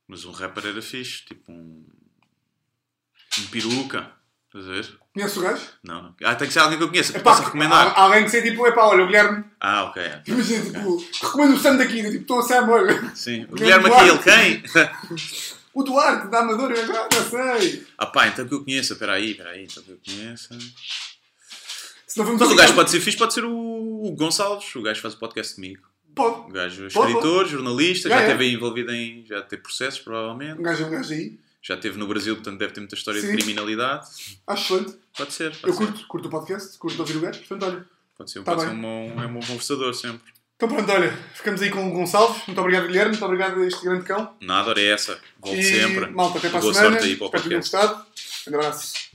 Mas um rapper era fixe, tipo um peruca. Estás a ver? Conheces o gajo? Não. Tem que ser alguém que eu conheça, que possa recomendar. Alguém que seja tipo, olha, o Guilherme. Ok. Imagina, tipo, recomendo o Sam daqui, tipo, estou a Sam, olha. Sim. O Guilherme aqui, ele quem? O Duarte, da Amadora, eu já sei. Então que eu conheça, espera aí, então que eu conheça. Mas o gajo pode ser fixe, pode ser o Gonçalves, o gajo faz o podcast comigo. Pode. O gajo é escritor, jornalista, já esteve envolvido em. Já teve processos, provavelmente. Um gajo aí. Já esteve no Brasil, portanto deve ter muita história de criminalidade. Acho excelente. Pode ser. Eu curto o podcast, curto ouvir o gajo, portanto, olha. Pode ser um bom conversador sempre. Então pronto, olha, ficamos aí com o Gonçalves. Muito obrigado, Guilherme. Muito obrigado a este grande cão. Nada, hora é essa. Volto sempre. Malta, até para a boa semana. Sorte aí para o Espero que tenham gostado. Um abraço.